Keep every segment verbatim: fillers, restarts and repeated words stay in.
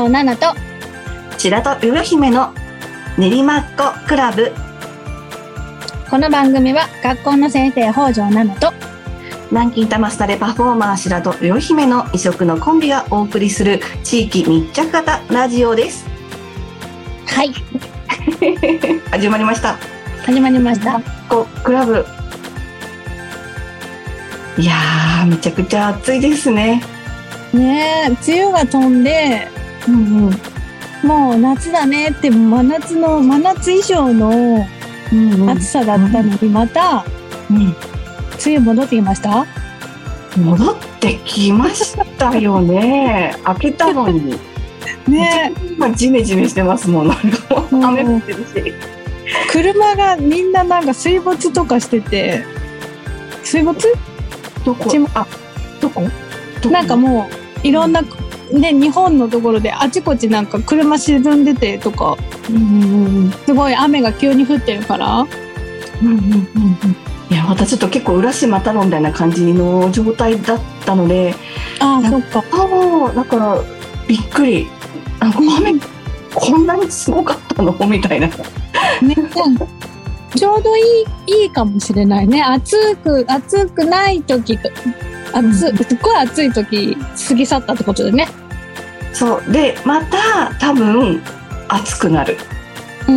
奈々と白戸上姫の練馬っ子クラブ。 この番組は学校の先生北条奈々と南京玉すだれパフォーマー白戸上姫の異色のコンビがお送りする地域密着型ラジオです。 はい始まりました。 始まりました。 こクラブ、いやーめちゃくちゃ暑いですね。 ねえ、梅雨が飛んで、 うんうん、 もう夏だねって真夏の真夏以上の暑さだったのに、また、うん、梅雨戻ってきました。 戻ってきましたよね。開けたのにね、今ジメジメしてますもん。なんかもう雨降ってるし、 車がみんななんか水没とかしてて、水没？ どこ？あ、どこ？どこ？ なんかもういろんな、ね、日本のところであちこちなんか車沈んでてとか、うんうんうん、すごい雨が急に降ってるから、 うんうんうんうん、いやまたちょっと結構浦島太郎みたいな感じの状態だったので、 ああそっか、 あだからびっくり、なんか雨、うん、こんなにすごかったのみたいな、ね、 ちょうどいいいいかもしれないね。暑く暑くない時と暑、うん、すっごい暑い時過ぎ去ったってことでね。 そうでまた多分暑くなる、うん、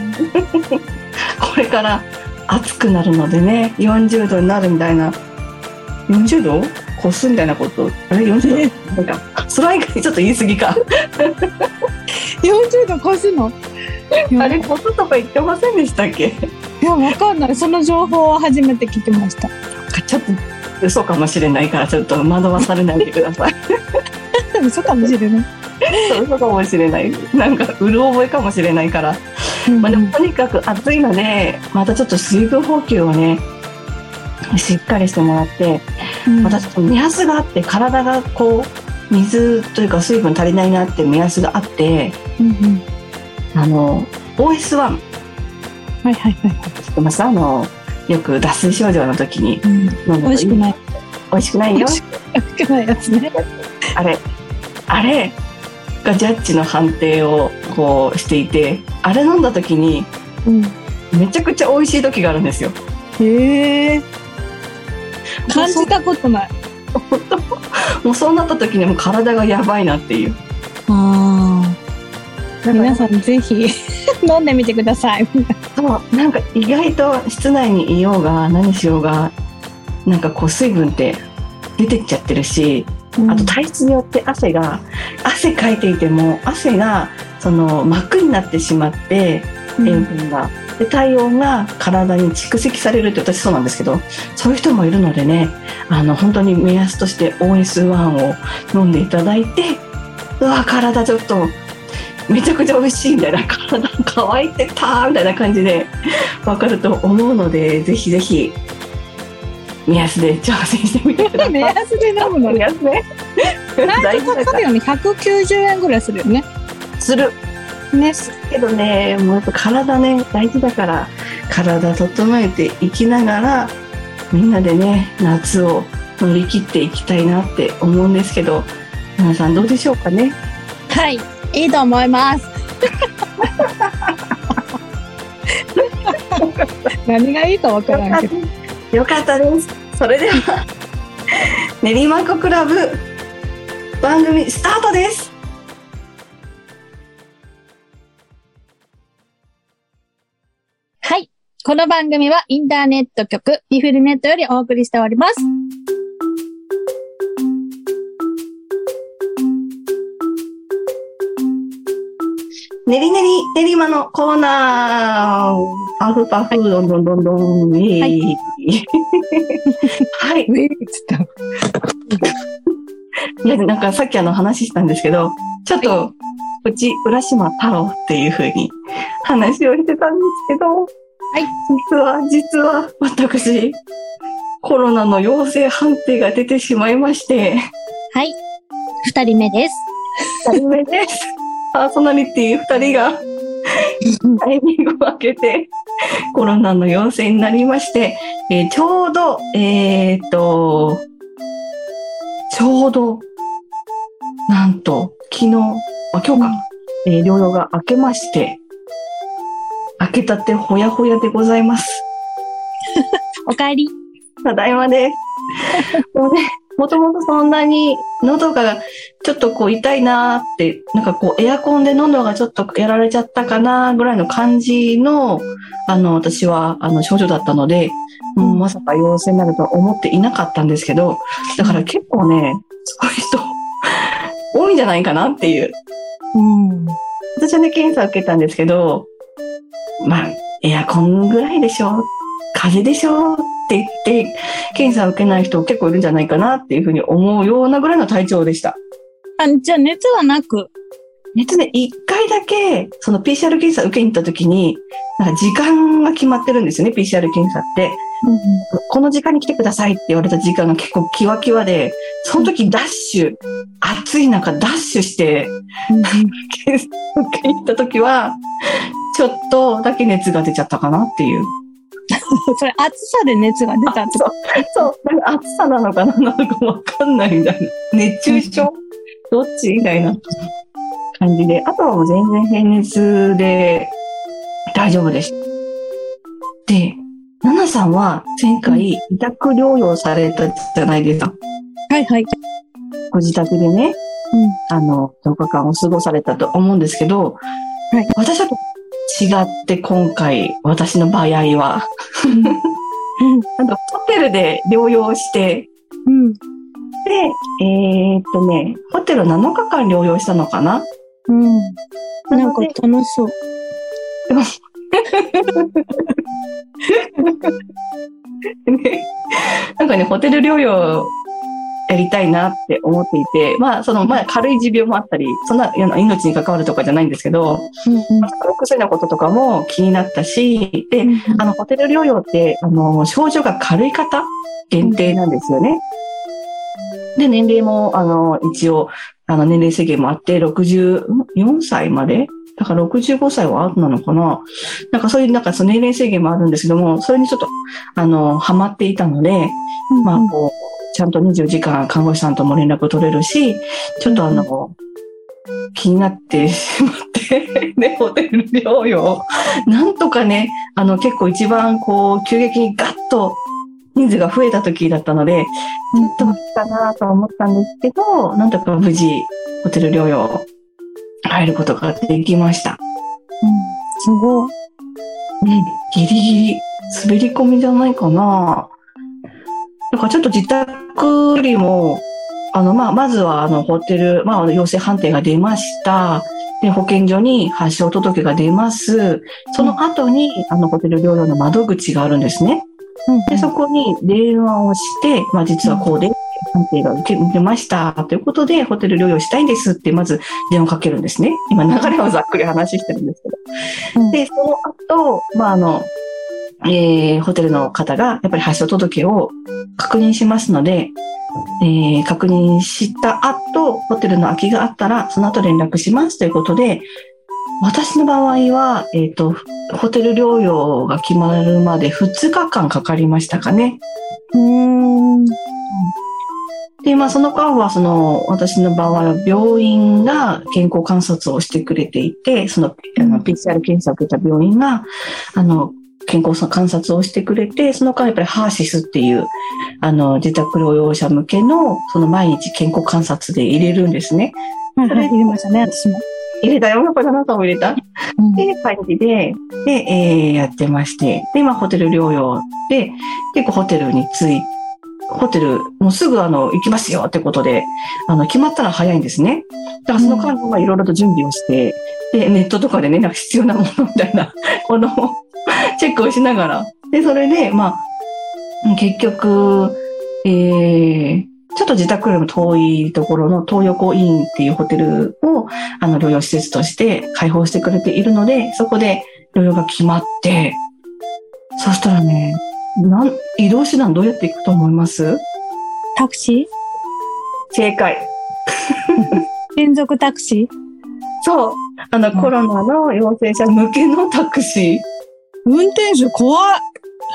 これから暑くなるのでね、よんじゅうどになるみたいな、よんじゅうど越すみたいなこと、あれよんじゅうど、なんかそれ以外にちょっと言い過ぎかよんじゅうど越すのあれ越すとか言ってませんでしたっけ？ いやわかんない、その情報は初めて聞きました。 ちょっと嘘かもしれないからちょっと惑わされないでください嘘かもしれないそう嘘かもしれない、なんかうる覚えかもしれないから、うんうん、まあ、でもとにかく暑いのでまたちょっと水分補給をねしっかりしてもらって、うん、またちょっと目安があって、体がこう水というか水分足りないなって目安があって、うんうん、あの オーエスワン、 はいはいはい、 知ってます？あのよく脱水症状の時に飲むといい、うん、美味しくない美味しくないよ、美味しくないやつねあれあれがジャッジの判定をこうしていて、あれ飲んだ時に、うん、めちゃくちゃ美味しい時があるんですよ。 へえ、感じたことないもうそうなった時にもう体がやばいなっていう。 あ皆さんぜひ飲んでみてくださいそうなんか意外と室内にいようが何しようがなんかこう水分って出てっちゃってるし、うん、あと体質によって汗が汗かいていても汗がその膜になってしまって塩分が、うん、で体温が体に蓄積されるって、私そうなんですけど、そういう人もいるのでね、あの本当に目安として オーエスワン を飲んでいただいて、うわ体ちょっとめちゃくちゃ美味しいみたいな、体乾いてたみたいな感じで分かると思うので、ぜひぜひ目安で挑戦してみてください目安で飲むの目安ね大体高いよね、ひゃくきゅうじゅうえんぐらいするよね。 するね、けどね、もうやっぱ体ね大事だから、体整えていきながらみんなでね夏を乗り切っていきたいなって思うんですけど、皆さんどうでしょうかね。 はい、いいと思います何がいいかわからないけどよかったです。それでは練馬っ子クラブ番組スタートです。 はい、この番組はインターネット局イフルネットよりお送りしております。 ねりねり練馬のコーナー、パフパフ、はい、どんどんどんどん、はい、はい、ウェイつったいやなんかさっきあの話したんですけど、ちょっと、はい、うち浦島太郎っていう風に話をしてたんですけど、はい、実は実は私コロナの陽性判定が出てしまいまして、 はい、二人目です。 二人目です。パーソナリティ二人がタイミングを空けてコロナの陽性になりまして、えー、ちょうどえー、っとちょうどなんと昨日あ、今日か、うん、えー、療養が明けまして、明けたてほやほやでございます。 おかえり。 ただいまです。もうね、もともとそんなに喉がちょっとこう痛いなーって、なんかこうエアコンで喉がちょっとやられちゃったかなぐらいの感じの、あの、私はあの症状だったので、うん、まさか陽性になるとは思っていなかったんですけど、だから結構ね、そういう人多いんじゃないかなっていう。 うん、 私はね、検査を受けたんですけど、まあ、エアコンぐらいでしょ、風邪でしょって言って、検査を受けない人結構いるんじゃないかなっていうふうに思うようなぐらいの体調でした。 あ、じゃあ熱はなく？ 熱ね、一回だけ、その ピーシーアール 検査受けに行った時に、なんか時間が決まってるんですよね、ピーシーアール 検査って。うんうん、この時間に来てくださいって言われた時間が結構キワキワで、その時ダッシュ、暑い中ダッシュして、うんうん、検査受けに行った時は、ちょっとだけ熱が出ちゃったかなっていう。 それ暑さで熱が出たって。 そう。そう。なんか暑さなのか何なのかわかんないみたいな。熱中症、どっちみたいな感じで。あとはもう全然平熱で大丈夫です。で、ナナさんは前回自宅療養されたじゃないですか。 はいはい。 ご自宅でね、うん、あの、とおかかんを過ごされたと思うんですけど、はい、私は違って今回、私の場合は、うん、なんかホテルで療養して、うん、で、えー、っとね、ホテルなのかかん療養したのかな、 うん、なんか楽しそう。 ね、なんかね、ホテル療養やりたいなって思っていて、まあ、その、まあ、軽い持病もあったり、そんな命に関わるとかじゃないんですけど、うんうん、お薬のこととかも気になったし、で、うんうん、あの、ホテル療養って、あの、症状が軽い方限定なんですよね。うん、で、年齢も、あの、一応、あの、年齢制限もあって、ろくじゅうよんさいまでだからろくじゅうごさいはアウトなのかな、なんかそういう、なんかその年齢制限もあるんですけども、それにちょっと、あの、ハマっていたので、うんうん、まあ、こう、ちゃんとにじゅうよじかん看護師さんとも連絡取れるし、ちょっとあの、うん、気になってしまって、ね、ホテル療養。なんとかね、あの、結構一番こう、急激にガッと人数が増えた時だったので、ちょっとかなと思ったんですけど、なんとか無事、ホテル療養、入ることができました。うん、 すごい。 うん、ギリギリ、滑り込みじゃないかな。だからちょっと自宅よりも、あの、まあ、まずは、あの、ホテル、まあ、陽性判定が出ました。で、保健所に発症届が出ます。その後に、あの、ホテル療養の窓口があるんですね。うん、で、そこに電話をして、まあ、実はこうで、判定が受け、受けました。ということで、ホテル療養したいんですって、まず電話かけるんですね。今、流れをざっくり話してるんですけど。うん、で、その後、まあ、あの、えー、ホテルの方が、やっぱり発症届を確認しますので、えー、確認した後、ホテルの空きがあったら、その後連絡しますということで、私の場合は、えっと、ホテル療養が決まるまでふつかかんかかりましたかね。うーん。で、まあ、その間は、その、私の場合は病院が健康観察をしてくれていて、その、あの、ピーシーアール 検査を受けた病院が、あの、健康観察をしてくれて、その間やっぱりハーシスっていう、あの、自宅療養者向けの、その毎日健康観察で入れるんですね。 それ入れましたね、私も。 入れたよ、これあなたも入れた、うん、で、感じで、で、えー、やってまして、で、今ホテル療養で、結構ホテルに着いて、ホテル、もうすぐあの、行きますよってことで、あの、決まったら早いんですね。だからその間はいろいろと準備をして、で、ネットとかでね、なんか必要なものみたいな、この、チェックをしながら。で、それで、まあ、結局、えー、ちょっと自宅よりも遠いところの東横インっていうホテルを、あの、療養施設として開放してくれているので、そこで療養が決まって、そしたらね、なん移動手段どうやって行くと思います？ タクシー？ 正解。 連続タクシー？ そう。あの、うん、コロナの陽性者向けのタクシー。 運転手怖い。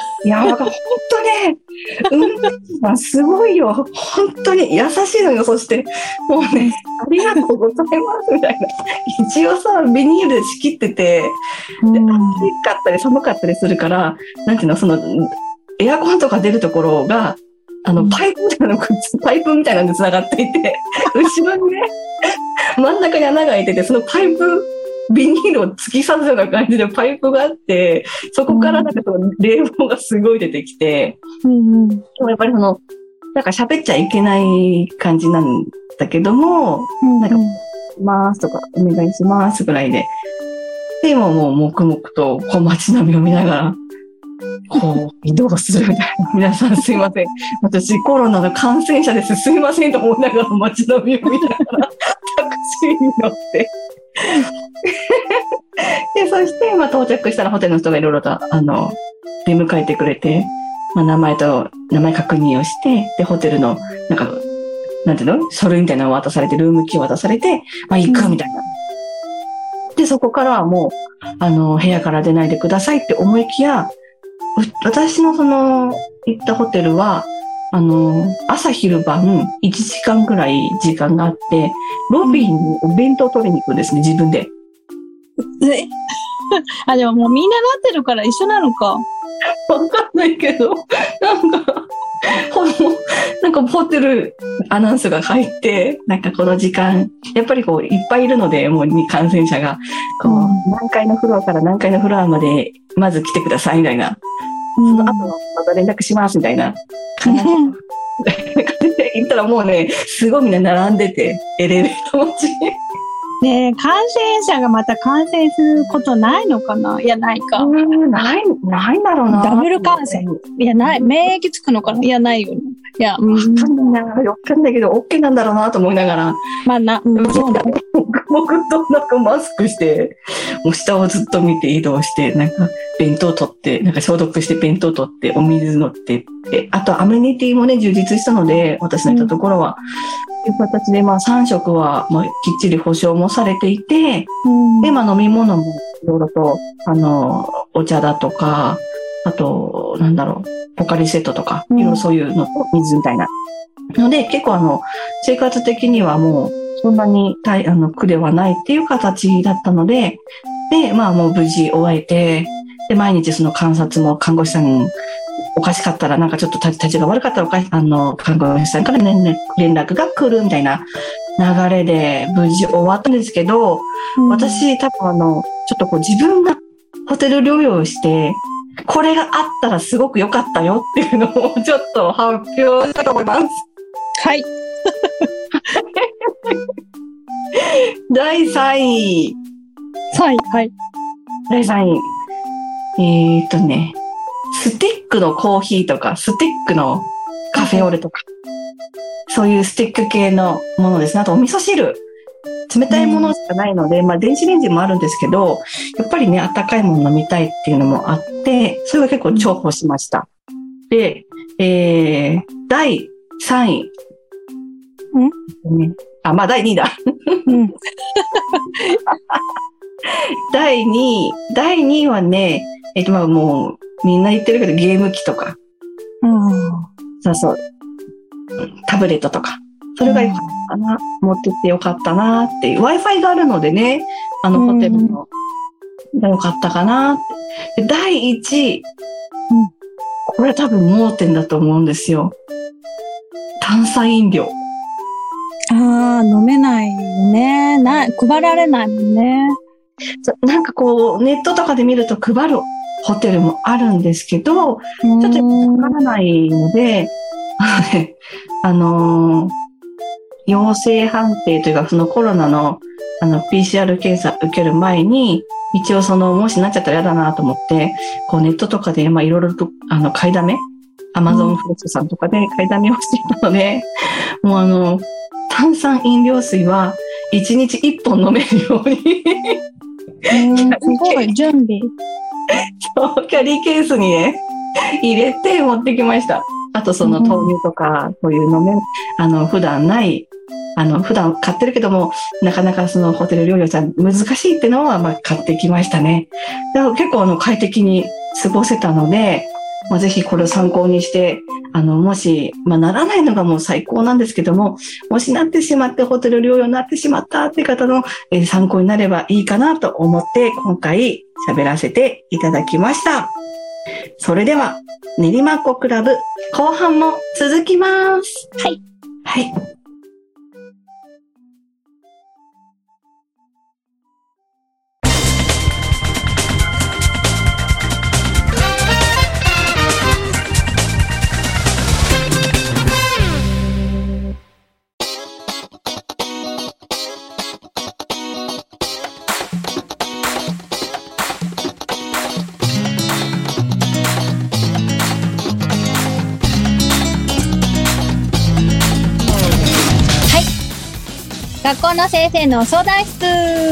いや、なんか本当ね、運転手さんすごいよ。本当に優しいのよ。そして、もうね、ありがとうございますみたいな。一応さ、ビニールで仕切ってて、で、暑かったり寒かったりするから、なんていうの、その、エアコンとか出るところが、あの、パイプみたいなの、パイプみたいなので繋がっていて、後ろにね、真ん中に穴が開いてて、そのパイプ、ビニールを突き刺すような感じでパイプがあって、そこからなんかその冷房がすごい出てきて、うんうん、でもやっぱりその、なんか喋っちゃいけない感じなんだけども、うんうん、なんか、ますとか、お願いしますぐらいで。で、ももう黙々とこう街並みを見ながら、こう移動するみたいな。皆さんすいません。私コロナの感染者です。すいませんと思いながら街並みを見ながらタクシーに乗って。で、そして、まあ、到着したらホテルの人がいろいろと、あの、出迎えてくれて、まあ、名前と、名前確認をして、で、ホテルの、なんか、なんていうの書類みたいなのを渡されて、ルームキーを渡されて、まあ、行くみたいな。うん、で、そこからはもう、あの、部屋から出ないでくださいって思いきや、私のその、行ったホテルは、あの、朝昼晩いちじかんぐらい時間があって、ロビーにお弁当取りに行くんですね、自分で。 えあ、でももうみんななってるから一緒なのか。 わかんないけど、なんか、ほなんかホテルアナウンスが入って、なんかこの時間、やっぱりこういっぱいいるので、もう感染者が、こう、何階のフロアから何階のフロアまでまず来てくださいみたいな。その後また連絡しますみたいな感じで言ったらもうね、すごいみんな並んでて、エレベーター待ち。 ねえ、感染者がまた感染することないのかな？いや、ないか。 うん、ない、ないんだろうな。 ダブル感染。いや、ない。免疫つくのかな？いや、ないよね。いや、 わかんないな。わかんないけど、OK なんだろうなと思いながら。 まあ、な、うん、そうだね。 僕となんかマスクして、もう下をずっと見て移動して、なんか弁当取って、なんか消毒して弁当取って、お水乗ってって、あとアメニティもね、充実したので、私の行ったところは、という形で、まあさん食は、まあ、きっちり保証もされていて、うん、で、まあ飲み物もいろいろと、あの、お茶だとか、あと、なんだろう、ポカリセットとか、いろいろそういうのと水みたいな。ので、結構あの、生活的にはもう、そんなに大、あの、苦ではないっていう形だったので、で、まあもう無事終えて、で、毎日その観察も看護師さん、おかしかったら、なんかちょっと立ちが悪かったらおかし、あの、看護師さんから、ね、連絡が来るみたいな流れで無事終わったんですけど、うん、私多分あの、ちょっとこう自分がホテル療養して、これがあったらすごく良かったよっていうのをちょっと発表したいと思います。 はい。 だいさんい。 さんい、はい。 だいさんい。えーっとね、スティックのコーヒーとか、スティックのカフェオレとか、そういうスティック系のものですね。あとお味噌汁。冷たいものしかないので、うん、まあ電子レンジもあるんですけど、やっぱりね、温かいもの飲みたいっていうのもあって、それは結構重宝しました。で、えー、だいさんい。ん、ね、あ、まあだいにいだ。うん、だいにい。だいにいはね、えっとまあもうみんな言ってるけどゲーム機とか。うん、そうそう。タブレットとか。それが良かったかな。うん、持ってって良かったなっていう。Wi-Fi があるのでね、あのホテルの、が良かったかなって。でだいいちい、うん。これ多分盲点だと思うんですよ。炭酸飲料。 ああ、飲めないね。な、配られないもんね。 なんかこう、ネットとかで見ると配るホテルもあるんですけど、ちょっとわからないので、あのー、陽性判定というか、そのコロナの、あの、ピーシーアール 検査受ける前に、一応その、もしなっちゃったら嫌だなと思って、こうネットとかで、まあいろいろと、あの、買いだめ、アマゾンフレッシュさんとかで買いだめをしていたので、もうあの、炭酸飲料水はいちにちいっぽん飲めるようにすごい準備。 そう、キャリーケースにね、入れて持ってきました。あとその豆乳とか、こういう飲め、あの、普段ない、あの、普段買ってるけども、なかなかそのホテル療養さん難しいってのは、まあ買ってきましたね。だから結構あの、快適に過ごせたので、 まあ、ぜひこれを参考にして、あの、もし、まあ、ならないのがもう最高なんですけども、もしなってしまってホテル療養になってしまったっていう方の、えー参考になればいいかなと思って、今回喋らせていただきました。それでは、練馬っ子クラブ後半も続きます。 はい。 はい。 学校の先生の相談室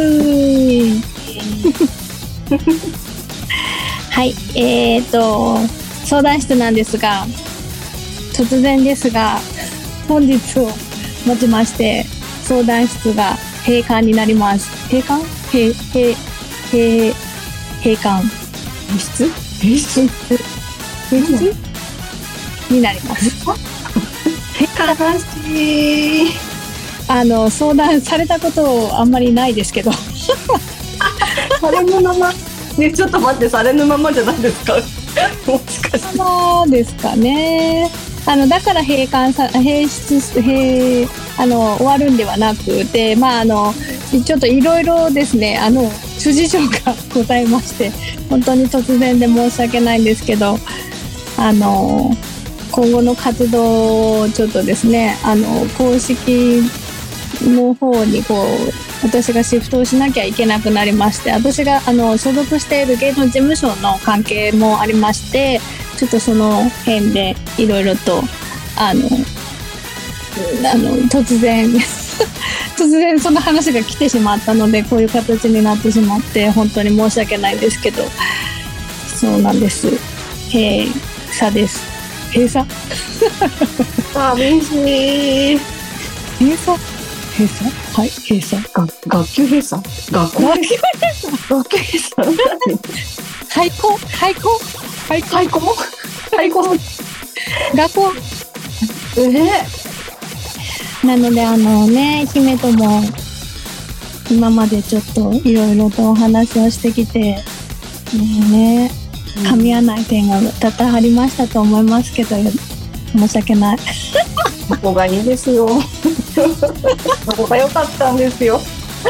はい、えーと相談室なんですが、突然ですが本日をもちまして相談室が閉館になります。閉館閉閉閉閉館閉室閉室閉室になります。 悲しい。 あの相談されたことあんまりないですけどされぬまま、ね、ちょっと待って、されぬままじゃないですかもしかして。 そうですかね。あのだから閉館さ閉室閉あの終わるんではなくて、まああのちょっといろいろですね、あの諸事情がございまして、本当に突然で申し訳ないんですけど、あの今後の活動をちょっとですね、あの公式の方にこう私がシフトをしなきゃいけなくなりまして、私があの所属している芸能事務所の関係もありまして、ちょっとその辺でいろいろとあのあの突然突然その話が来てしまったので、こういう形になってしまって本当に申し訳ないんですけど、そうなんです。閉鎖です。閉鎖寂しい。 閉鎖閉鎖はい、閉鎖。 が学級閉鎖学校学級閉鎖学級閉鎖廃校廃校廃校廃校廃校学校えー、 なのであのね、姫とも今までちょっといろいろとお話をしてきてね、噛み合わない点が多々ありましたと思いますけど、申し訳ない。 そこがいいですよ。そこが良かったんですよ。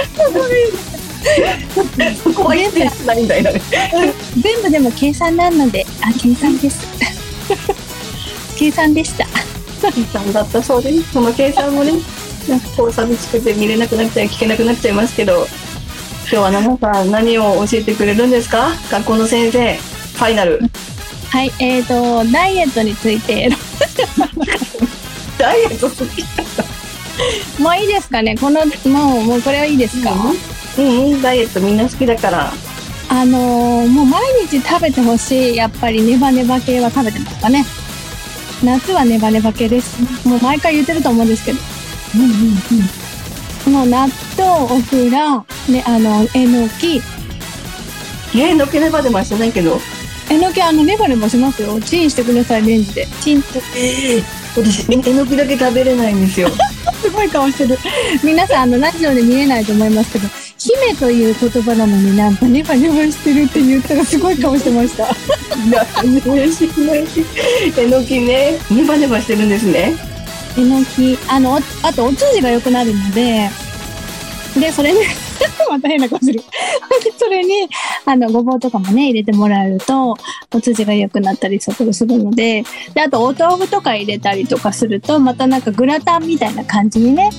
そこは否定しないんだよね。 全部でも計算なので、あ、計算です。計算でした。 計算だったそうです。その計算もね、なんかこう寂しくて見れなくなっちゃい、聞けなくなっちゃいますけど、今日はナナさん何を教えてくれるんですか？学校の先生、ファイナル。 はい、えーとダイエットについて。 ダイエット好き。 もういいですかね。このもうもうこれはいいですか？ うん、うん、ダイエットみんな好きだから。 あのー、もう毎日食べてほしい。やっぱりネバネバ系は食べてますかね。夏はネバネバ系です。もう毎回言ってると思うんですけど。うんうんうん。もう納豆、オクラ、ね、あのえのき。 えー、のけネバネバしてないけど。 えのきあのネバネバしますよ。チンしてください、レンジで。チンと。 えー、私えのきだけ食べれないんですよ。 すごい顔してる。皆さんあのラジオで見えないと思いますけど、姫という言葉なのになんかネバネバしてるって言ったらすごい顔してました。 嬉しいね。えのきね、ネバネバしてるんですね。 えのき、あの、あとお通じが良くなるので、で、それに、また変な顔する。それに、あの、ごぼうとかもね、入れてもらえると、お通じが良くなったりするので、で、あとお豆腐とか入れたりとかすると、またなんかグラタンみたいな感じにね、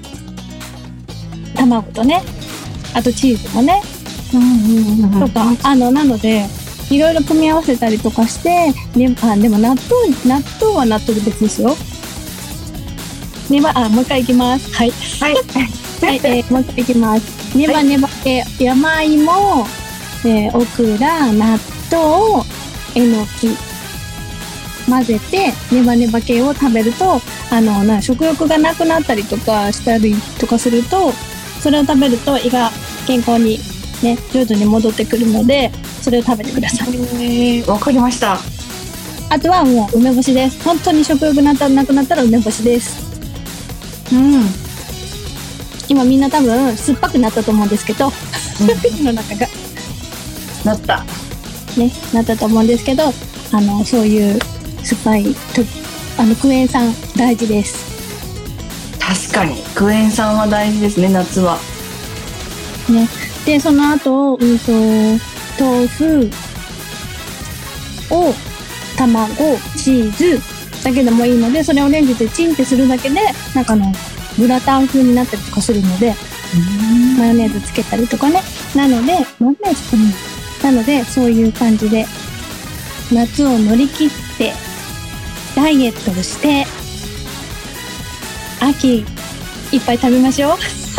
卵とね、あとチーズもね、うんうんうん、とか、あの、なので、いろいろ組み合わせたりとかして、ね、あ、でも納豆、納豆は納豆で別ですよ。ねば、あ、もう一回いきます。はい。 はい。 はい、えー、もう一回いきます。ネバネバ系、はい、山芋、えー、オクラ、納豆、えのき混ぜてネバネバ系を食べると、あのな食欲がなくなったりとかしたりとかすると、それを食べると胃が健康にね徐々に戻ってくるので、それを食べてください。 えー、わかりました。 あとはもう梅干しです。本当に食欲なったなくなったら梅干しです。 うん。 今みんな多分酸っぱくなったと思うんですけど、口の中がなった。 ね、なったと思うんですけど、あのそういう酸っぱいとあのクエン酸大事です。 確かにクエン酸は大事ですね、夏は。 ね、でその後、うんと豆腐を卵、チーズだけでもいいので、それをレンジでチンってするだけでなんかあのグラタン風になったりとかするので、マヨネーズつけたりとかね。なのでマヨネーズかな。なのでそういう感じで夏を乗り切ってダイエットをして秋いっぱい食べましょう。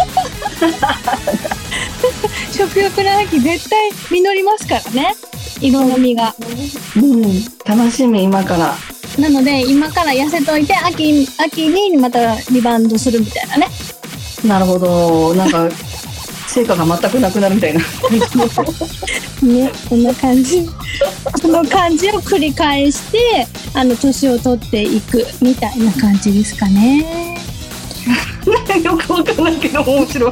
食欲の秋絶対実りますからね、色の実が。 うん、楽しみ今から。 なので今から痩せといて秋秋にまたリバウンドするみたいなね。 なるほど、なんか成果が全くなくなるみたいな。 ね、こんな感じ。その感じを繰り返してあの年を取っていくみたいな感じですかね。 よくわかんないけど面白い。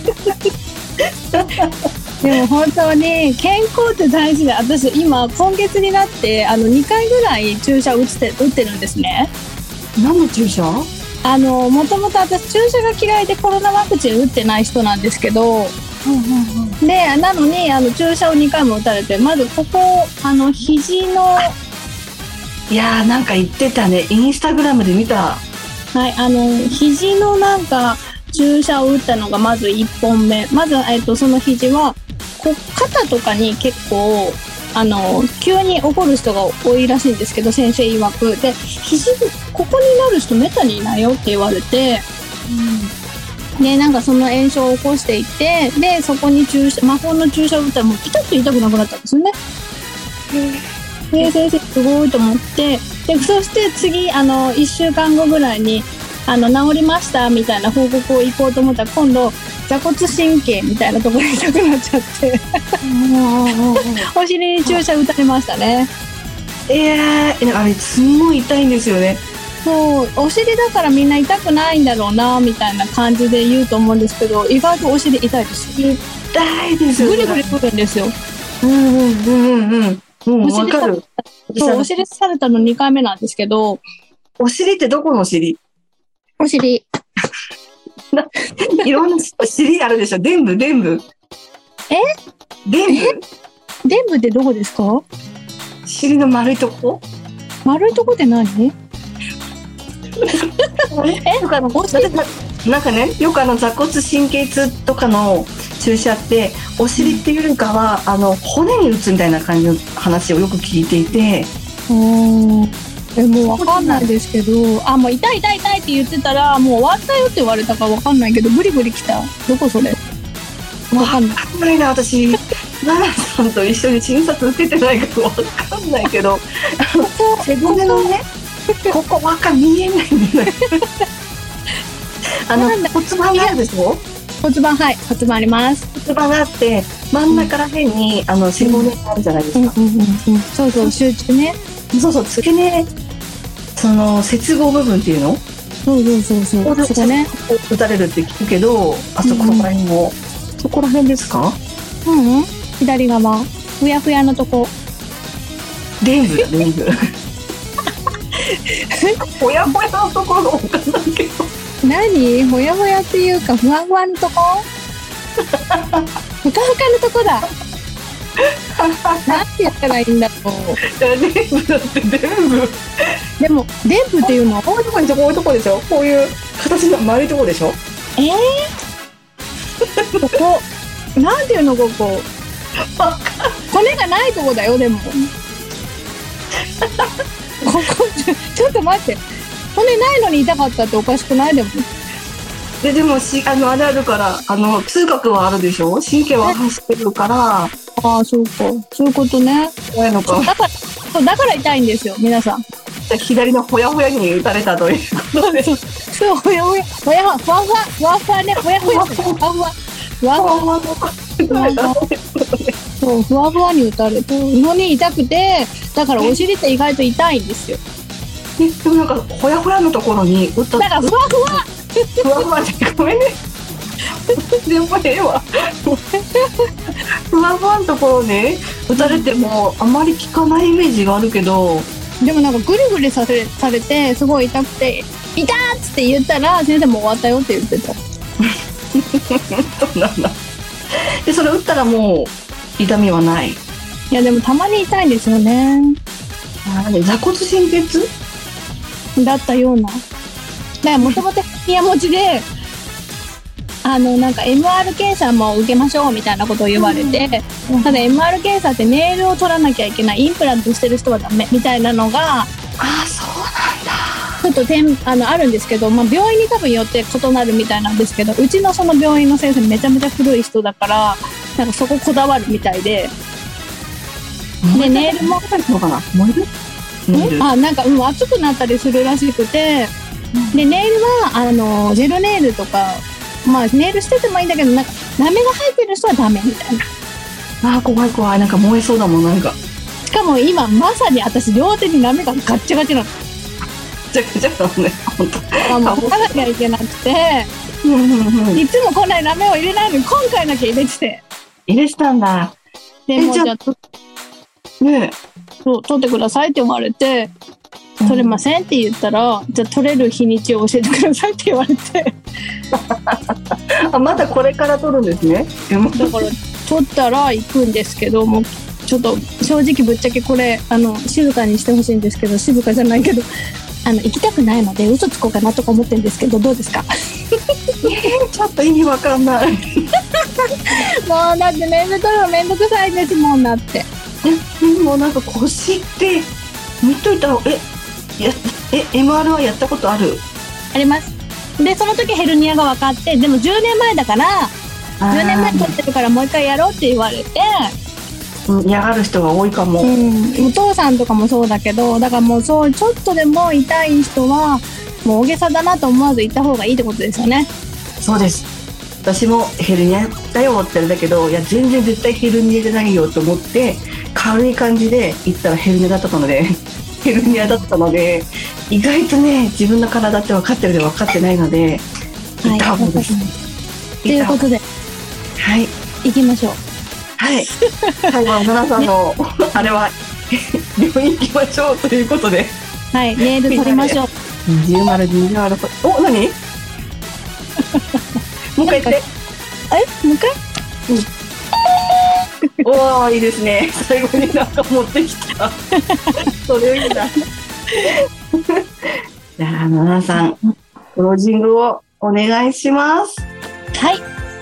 でも本当に健康って大事で、私今今月になってあのにかいぐらい注射打って打ってるんですね。 何の注射？ あのもともと私注射が嫌いでコロナワクチン打ってない人なんですけど、うんうんうん、でなのにあの注射をにかいも打たれて、まずここあの肘の、 いやーなんか言ってたね、インスタグラムで見た。 はい、あの肘のなんか注射を打ったのがまずいっぽんめ。まず、えっと、その肘はこ肩とかに結構あの急に起こる人が多いらしいんですけど、先生曰くで肘ここになる人めったにいないよって言われて、うん、でなんかその炎症を起こしていって、でそこに注射魔法の注射を打ったらもうピタッと痛くなくなったんですよね。で先生すごいと思って、でそして次あのいっしゅうかんごぐらいにあの治りましたみたいな報告を行こうと思ったら、今度座骨神経みたいなところに痛くなっちゃってお尻に注射打たれましたね。 えー、あれすんごい痛いんですよね。 そう、お尻だからみんな痛くないんだろうなみたいな感じで言うと思うんですけど、意外とお尻痛いです。 痛いですよね。 グリグリくるんですよ。 うんうんうんうんうん。わかる。 そう、お尻されたのにかいめなんですけど。 お尻ってどこのお尻？ お尻。 いろんな尻あるでしょ。臀部、臀部。 え？ 臀部？ 臀部ってどこですか？ 尻の丸いとこ？ 丸いとこって何？ え？とかのなんかね、よくあの座骨神経痛とかの注射ってお尻っていうよりかはあの骨に打つみたいな感じの話をよく聞いていて。 おー。えもう分かんないですけど、あもう痛い痛い痛いって言ってたらもう終わったよって言われたか分かんないけど、ブリブリきた。どこそれ？ 分かんない。分かんないな私。奈々さんと一緒に診察受けてないから分かんないけど、背骨のね、ここ分か見えないんだよね。あの骨盤があるでしょ？ 骨盤、はい、骨盤あります。 骨盤があって真ん中ら辺にあの背骨があるじゃないですか。 うんうんうんうん、そうそう、集中ね。 そうそう、付け根、その接合部分っていうの？ そうそうそうそう。そこね。 打たれるって聞くけど、あそこら辺も、うん、そこら辺ですか？ うん、うん、左側、ふやふやのとこ。 臀部だ、臀部。ほやほやのところが分かんないけど。 何？ほやほやっていうか、ふわふわのとこ？ふかふかのとこだ。なんて言ったらいいんだろう。 臀部だって臀部。 でも臀部っていうのはこういうとこでしょ、こういうとこでしょ、こういう形の丸いとこでしょ。 えー、ここなんていうの、ここ骨がないとこだよ。でもここちょっと待って、骨ないのに痛かったっておかしくない？でもででもしあのあれあるから、あの痛覚はあるでしょ、神経は走ってるから。 ああ、そうか、そういうことね。 怖いのか。 だから、そうだから痛いんですよ、皆さん。 左のほやほやに打たれたということで。 そう、ほやほや、ほやほや、ふわふわ、ふわふわね、ほやほや、ふわふわ、ふわふわ、そう、ふわふわに打たれたのに痛くて、 だからお尻って意外と痛いんですよ。 えでもなんかほやほやのところに打っただからふわふわふわふわでごめんねでもええわふわふわのところね打たれてもあまり効かないイメージがあるけど、 でもなんかグリグリされされてすごい痛くて「痛っ!」って言ったら先生も終わったよって言ってた。 そうなんだ。でそれ打ったらもう痛みはない。 いやでもたまに痛いんですよね。 あ座骨神経痛だったような。だからもともとヘルニア持ちであのなんか エムアール 検査も受けましょうみたいなことを言われて、うん、ただ エムアール 検査ってネイルを取らなきゃいけない、インプラントしてる人はダメみたいなのが、 あそうなんだ、 ちょっとてんあのあるんですけど、まあ、病院に多分よって異なるみたいなんですけど、うちのその病院の先生めちゃめちゃ古い人だからなんかそここだわるみたいで、でネイルもそうかな、燃えるネイルあなんか、うん、熱くなったりするらしくて、でネイルはあのジェルネイルとか、まあネイルしててもいいんだけど、なんかラメが入ってる人はダメみたいな。 あー怖い怖い、なんか燃えそうだもん。なんかしかも今まさに私両手にラメがガッチャガチャなの。 じゃじゃだね、本当。 あもう拭かなきゃいけなくてうんうんうん、 いつもこんなにラメを入れないのに今回だけ入れてて、 入れてたんだ。 でもうじゃあねえ、 そう取ってくださいって言われて、取れませんって言ったら、じゃあ取れる日にちを教えてくださいって言われてあまだこれから取るんですね。 だから取ったら行くんですけど、もうちょっと正直ぶっちゃけこれあの静かにしてほしいんですけど、静かじゃないけどあの行きたくないので嘘つこうかなとか思ってるんですけど、どうですかちょっと意味わかんないもうだってネイル取るのめんどくさいですもん。だってえでもなんか腰って見といた方がえやえ エムアール はやったことある？ あります。でその時ヘルニアが分かって、でもじゅうねんまえだからじゅうねんまえ取ってるからもう一回やろうって言われて、 うん、嫌がる人が多いかも、 うん、お父さんとかもそうだけど、だからもうそうちょっとでも痛い人はもう大げさだなと思わず行った方がいいってことですよね。 そうです。私もヘルニアだよってあれだけど、いや全然絶対ヘルニアじゃないよと思って軽い感じで行ったらヘルニアだったのでヘルニアだったので、意外とね自分の体って分かってるで分かってないので行った方がです、はい、 ということではい行きましょう。 はい最後は奈々さんの、ね、あれは病院行きましょうということで、 はいネイル取りましょう。 二重丸二重丸お何もう一回言ってえもう一回、 うん、おーいいですね。最後になんか持ってきたそれいいなじゃあ奈々さんクロージングをお願いします。 はい、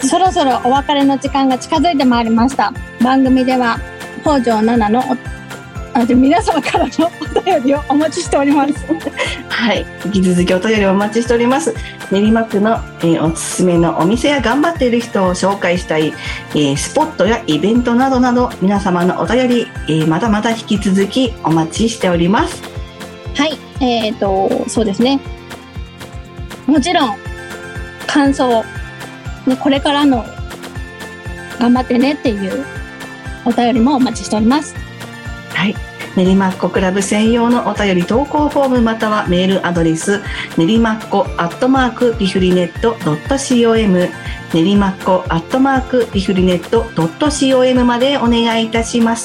そろそろお別れの時間が近づいてまいりました。番組では北条奈々のあで皆様からのお便りをお待ちしておりますはい引き続きお便りをお待ちしております。練馬区の、えー、おすすめのお店や頑張っている人を紹介したい、えー、スポットやイベントなどなど皆様のお便り、えー、まだまだ引き続きお待ちしております。 はいえーとそうですね、もちろん感想、ね、これからの頑張ってねっていうお便りもお待ちしております。 はい、練馬っ子クラブ専用のお便り投稿フォームまたはメールアドレス練馬っ子アットマークピフリネットドット com 練馬っ子アットマークピフリネットドット com までお願いいたします。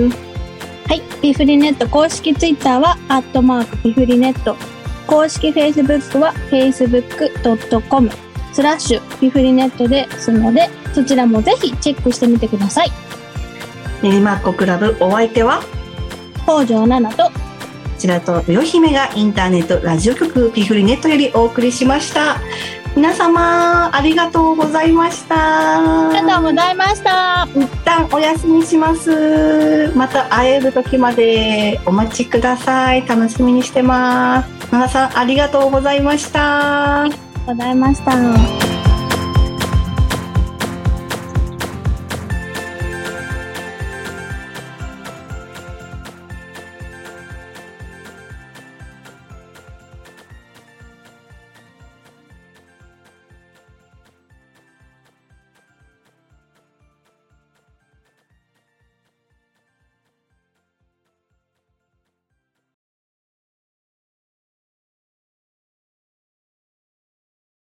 はい、ピフリネット公式ツイッターはアットマークピフリネット、公式フェイスブックは フェイスブックドットコム スラッシュピフリネットですので、そちらもぜひチェックしてみてください。 練馬っ子クラブお相手は北条奈々と白戸よ姫がインターネットラジオ局ピフリネットよりお送りしました。皆様ありがとうございました。 ありがとうございました。 一旦お休みします。また会える時までお待ちください。楽しみにしてます。奈々さんありがとうございました。 ありがとうございました。